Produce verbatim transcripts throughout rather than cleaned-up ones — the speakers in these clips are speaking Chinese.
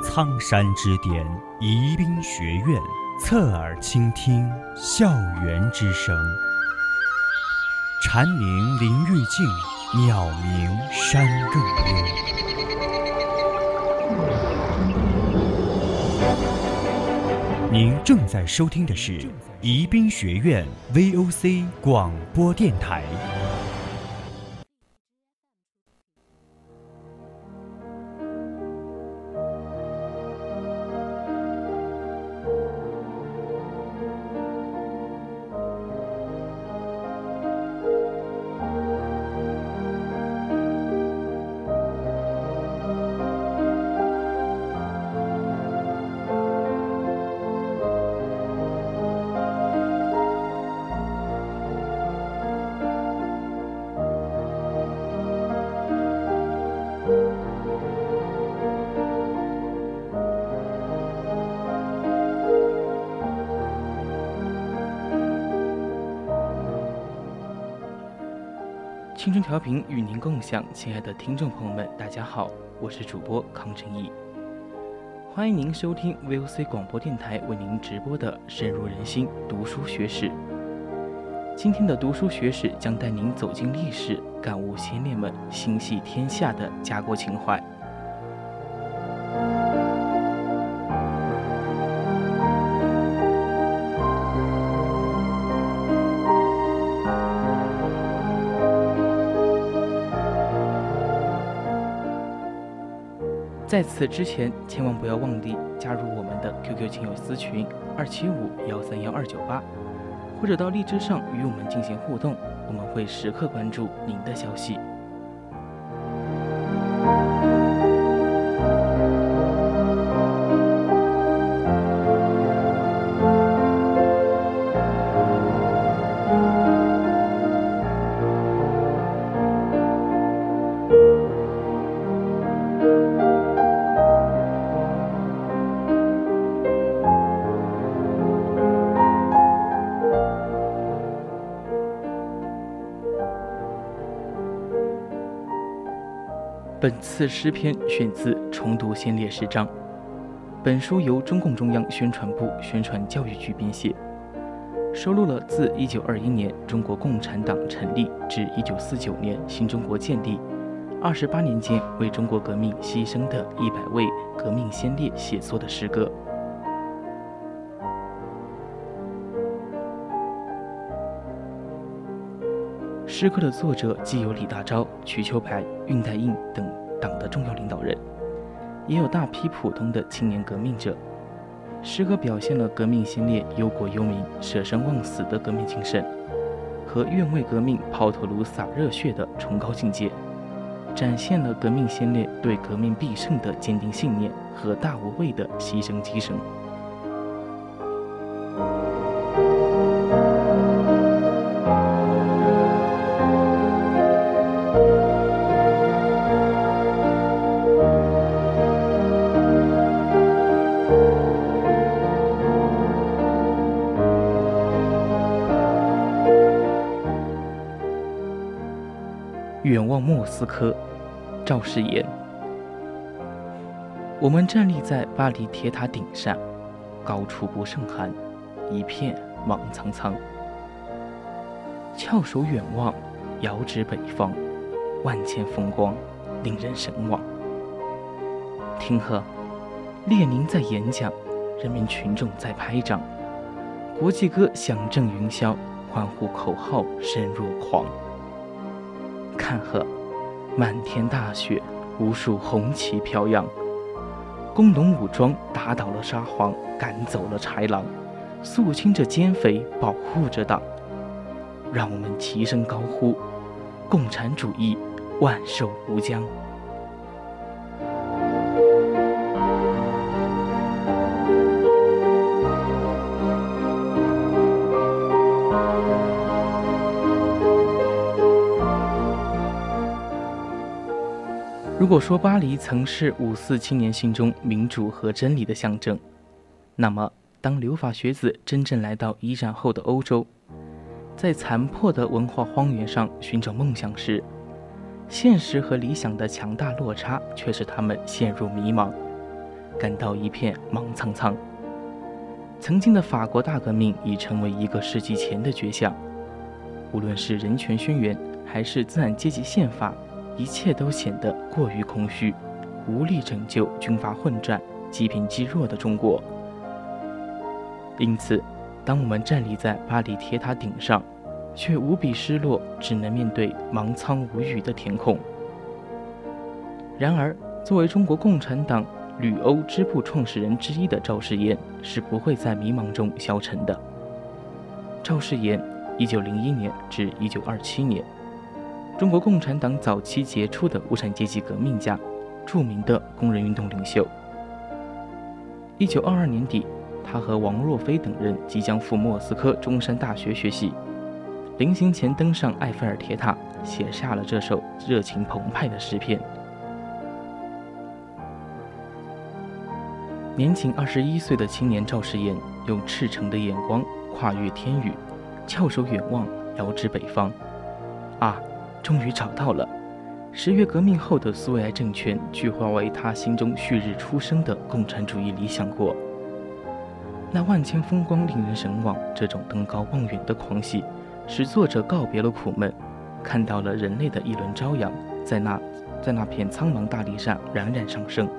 苍山之巅，宜宾学院，侧耳倾听校园之声。蝉鸣林愈静，鸟鸣山更幽。您正在收听的是宜宾学院 V O C 广播电台。 青春调频与您共享，亲爱的听众朋友们，大家好，我是主播康正义，欢迎您收听 V O C 广播电台为您直播的深入人心读书学史。今天的读书学史将带您走进历史，感悟先烈们心系天下的家国情怀。在此之前，千万不要忘记加入我们的 Q Q 亲友私群二七五幺三幺二九八，或者到荔枝上与我们进行互动，我们会时刻关注您的消息。本次诗篇选自《重读先烈诗章》，本书由中共中央宣传部宣传教育局编写，收录了自一九二一年中国共产党成立至一九四九年新中国建立二十八年间为中国革命牺牲的一百位革命先烈写作的诗歌。诗歌的作者既有李大钊、瞿秋白、恽代应等党的重要领导人，也有大批普通的青年革命者。诗歌表现了革命先烈忧国忧民、舍生忘死的革命精神和愿为革命抛头颅洒热血的崇高境界，展现了革命先烈对革命必胜的坚定信念和大无畏的牺牲精神。远望莫斯科，赵世炎。我们站立在巴黎铁塔顶上，高处不胜寒，一片茫苍苍。翘首远望，遥指北方，万千风光，令人神往。听呵，列宁在演讲，人民群众在拍掌，国际歌响震云霄，欢呼口号声若狂。看呵，满天大雪，无数红旗飘扬，工农武装打倒了沙皇，赶走了豺狼，肃清着奸匪，保护着党。让我们齐声高呼：共产主义万寿无疆！如果说巴黎曾是五四青年心中民主和真理的象征，那么当留法学子真正来到一战后的欧洲，在残破的文化荒原上寻找梦想时，现实和理想的强大落差却使他们陷入迷茫， 感到一片茫苍苍。曾经的法国大革命已成为一个世纪前的绝响，无论是人权宣言还是资产阶级宪法，一切都显得过于空虚，无力拯救军阀混战、积贫积弱的中国。因此，当我们站立在巴黎铁塔顶上，却无比失落，只能面对茫苍无语的天空。然而，作为中国共产党旅欧支部创始人之一的赵世炎是不会在迷茫中消沉的。赵世炎，一九零一年至一九二七年，中国共产党早期杰出的无产阶级革命家，著名的工人运动领袖。一九二二年底，他和王若飞等人即将赴莫斯科中山大学学习，临行前登上埃菲尔铁塔，写下了这首热情澎湃的诗篇。年仅二十一岁的青年赵世炎，用赤诚的眼光跨越天宇，翘首远望，遥指北方。啊，终于找到了！十月革命后的苏维埃政权，具化为他心中旭日初升的共产主义理想国。那万千风光令人神往，这种登高望远的狂喜，使作者告别了苦闷，看到了人类的一轮朝阳，在那在那片苍茫大地上冉冉上升。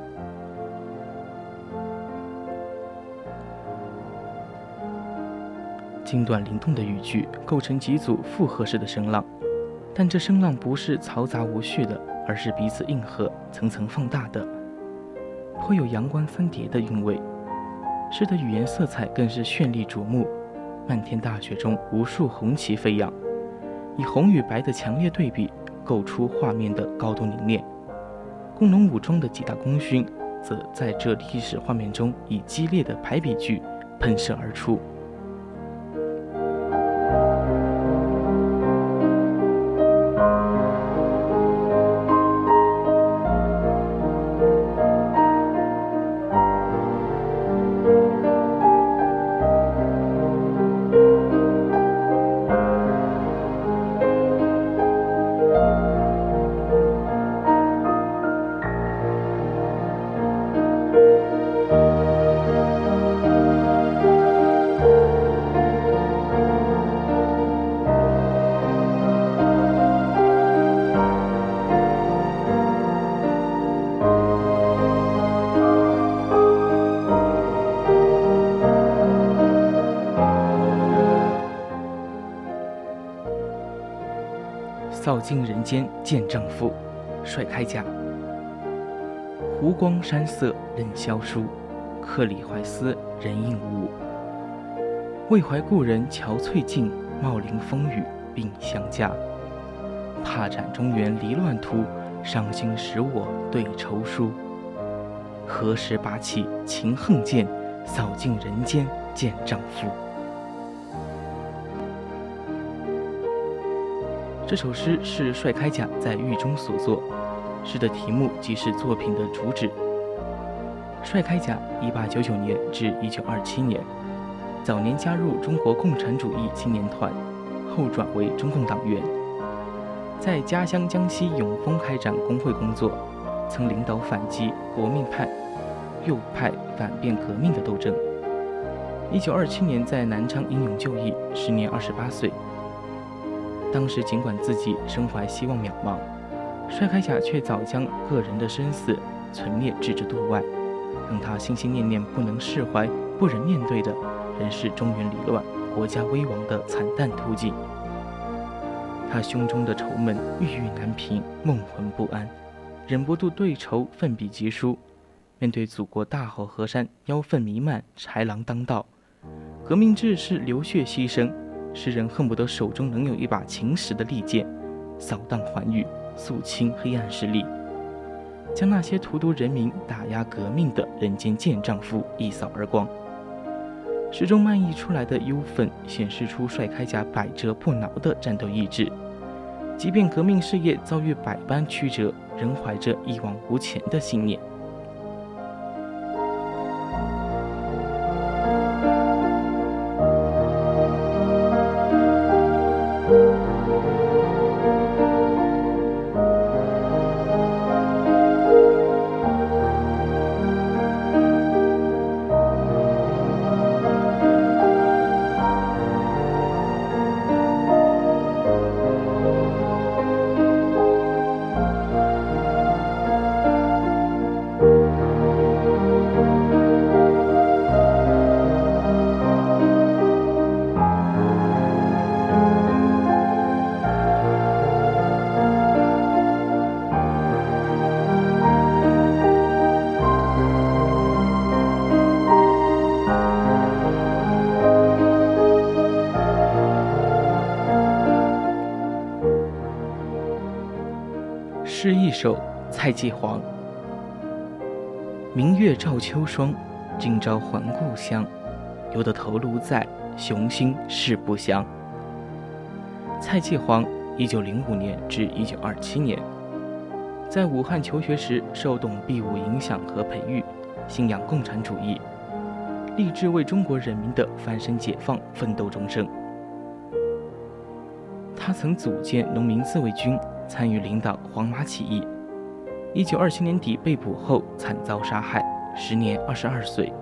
精短灵动的语句构成几组复合式的声浪，但这声浪不是嘈杂无序的，而是彼此应和、层层放大的，颇有阳关三叠的韵味。诗的语言色彩更是绚丽瞩目，漫天大雪中无数红旗飞扬，以红与白的强烈对比，构出画面的高度凝练。工农武装的几大功勋，则在这历史画面中以激烈的排比句喷射而出。扫尽人间见丈夫，帅开甲。湖光山色任萧疏，客里怀思人应无。为怀故人憔悴尽，茂林风雨并相加。怕斩中原离乱途，伤心使我对愁书。何时拔起秦横剑，扫尽人间见丈夫。这首诗是帅开甲在狱中所作，诗的题目即是作品的主旨。帅开甲一八九九年至一九二七年，早年加入中国共产主义青年团，后转为中共党员，在家乡江西永丰开展工会工作，曾领导反击国民派、右派反变革命的斗争。一九二七年在南昌英勇就义，时年二十八岁。当时尽管自己身怀希望渺茫，帅开甲却早将个人的生死存列置之度外，让他心心念念不能释怀、不忍面对的，仍是中原离乱、国家危亡的惨淡途径。他胸中的愁闷郁郁难平，梦魂不安，忍不住对愁奋笔疾书。面对祖国大好河山，妖氛弥漫，豺狼当道，革命志士流血牺牲，诗人恨不得手中能有一把秦时的利剑，扫荡寰宇，肃清黑暗势力，将那些荼毒人民、打压革命的人间贱丈夫一扫而光。诗中漫溢出来的忧愤，显示出帅开甲百折不挠的战斗意志。即便革命事业遭遇百般曲折，仍怀着一往无前的信念。 首《蔡继煌》。明月照秋霜，今朝还故乡。留得头颅在，雄心事不详。蔡继煌，一九零五年至一九二七年，在武汉求学时受董必武影响和培育，信仰共产主义，立志为中国人民的翻身解放奋斗终生。他曾组建农民自卫军，参与领导黄麻起义。一九二七年底被捕后惨遭杀害，时年二十二岁。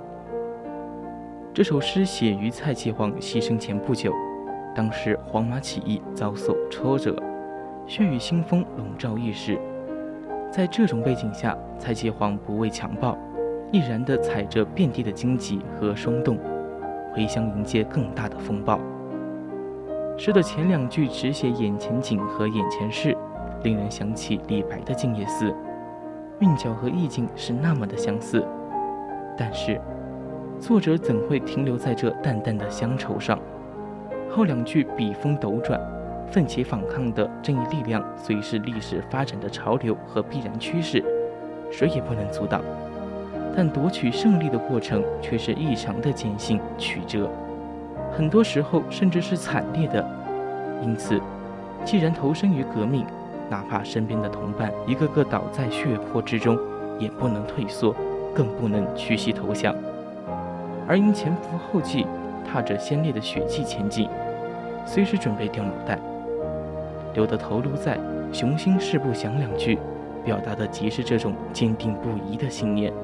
这首诗写于蔡继煌牺牲前不久，当时黄麻起义遭受挫折，血雨腥风笼罩一时。在这种背景下，蔡继煌不畏强暴，毅然地踩着遍地的荆棘和霜冻，回乡迎接更大的风暴。诗的前两句只写眼前景和眼前事，令人想起李白的《静夜思》，韵脚和意境是那么的相似。但是作者怎会停留在这淡淡的乡愁上？后两句笔锋斗转，奋起反抗的正义力量虽是历史发展的潮流和必然趋势，谁也不能阻挡，但夺取胜利的过程却是异常的艰辛曲折，很多时候甚至是惨烈的。因此，既然投身于革命，哪怕身边的同伴一个个倒在血泊之中，也不能退缩，更不能屈膝投降，而应前赴后继，踏着鲜烈的血迹前进，随时准备掉脑袋。留得头颅在，雄心事不详两句，表达的即是这种坚定不移的信念。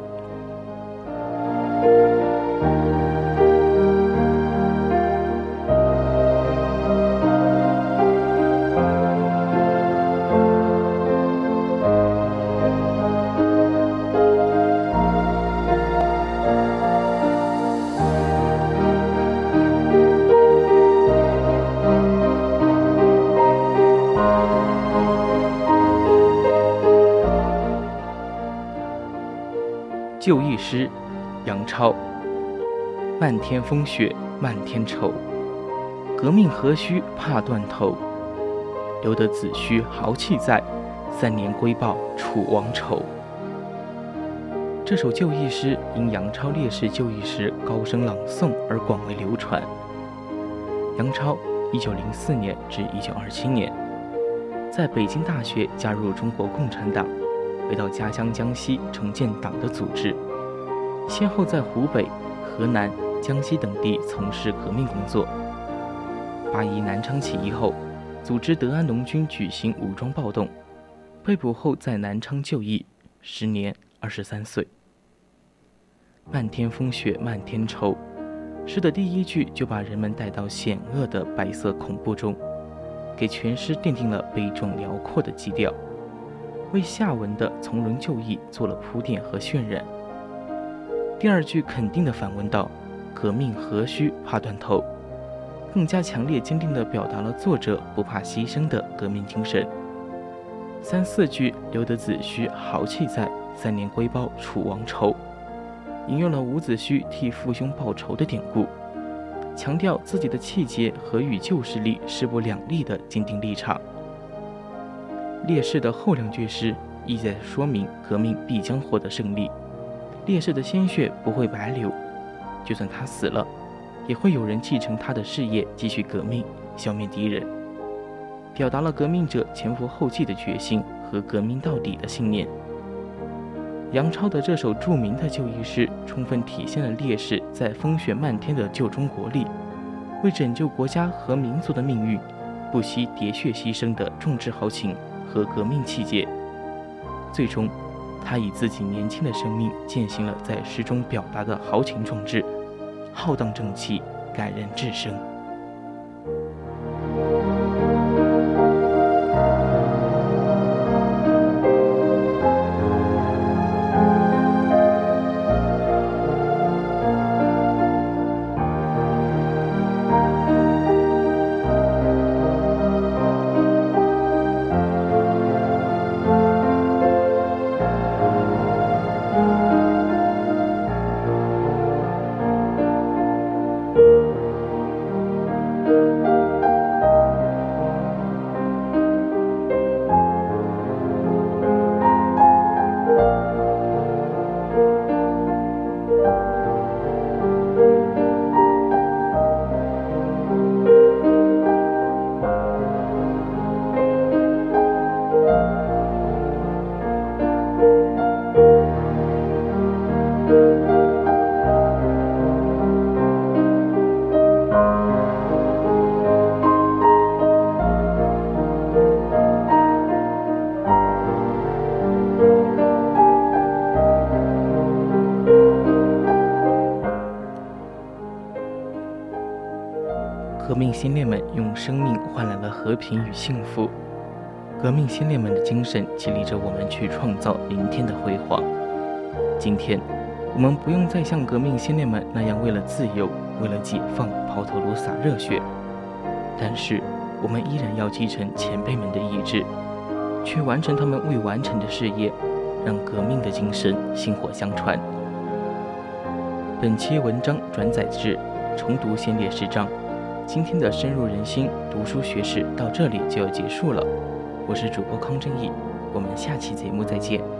就义诗，杨超。漫天风雪漫天愁，革命何须怕断头。留得子虚豪气在，三年归报楚王仇。这首就义诗因杨超烈士就义时高声朗诵而广为流传。杨超一九零四年至一九二七年，在北京大学加入中国共产党，回到家乡江西重建党的组织，先后在湖北、河南、江西等地从事革命工作。八一南昌起义后，组织德安农军举行武装暴动，被捕后在南昌就义，时年二十三岁。漫天风雪漫天愁，诗的第一句就把人们带到险恶的白色恐怖中，给全诗奠定了悲壮辽阔的基调，为下文的从容就义做了铺垫和渲染。第二句肯定地反问道：革命何须怕断头，更加强烈坚定地表达了作者不怕牺牲的革命精神。三四句留得子虚豪气在，三年归报楚王仇，引用了伍子胥替父兄报仇的典故，强调自己的气节和与旧势力势不两立的坚定立场。烈士的后两句诗意在说明革命必将获得胜利，烈士的鲜血不会白流，就算他死了，也会有人继承他的事业，继续革命，消灭敌人，表达了革命者前赴后继的决心和革命到底的信念。杨超的这首著名的就义诗，充分体现了烈士在风雪漫天的救中国力，为拯救国家和民族的命运，不惜喋血牺牲的壮志豪情和革命气节。最终，他以自己年轻的生命践行了在诗中表达的豪情壮志，浩荡正气，感人至深。 先烈们用生命换来了和平与幸福，革命先烈们的精神激励着我们去创造明天的辉煌。今天，我们不用再像革命先烈们那样为了自由、为了解放抛头颅洒热血，但是我们依然要继承前辈们的意志，去完成他们未完成的事业，让革命的精神薪火相传。本期文章转载至重读先烈诗章。今天的深入人心读书学士到这里就要结束了，我是主播康正义，我们下期节目再见。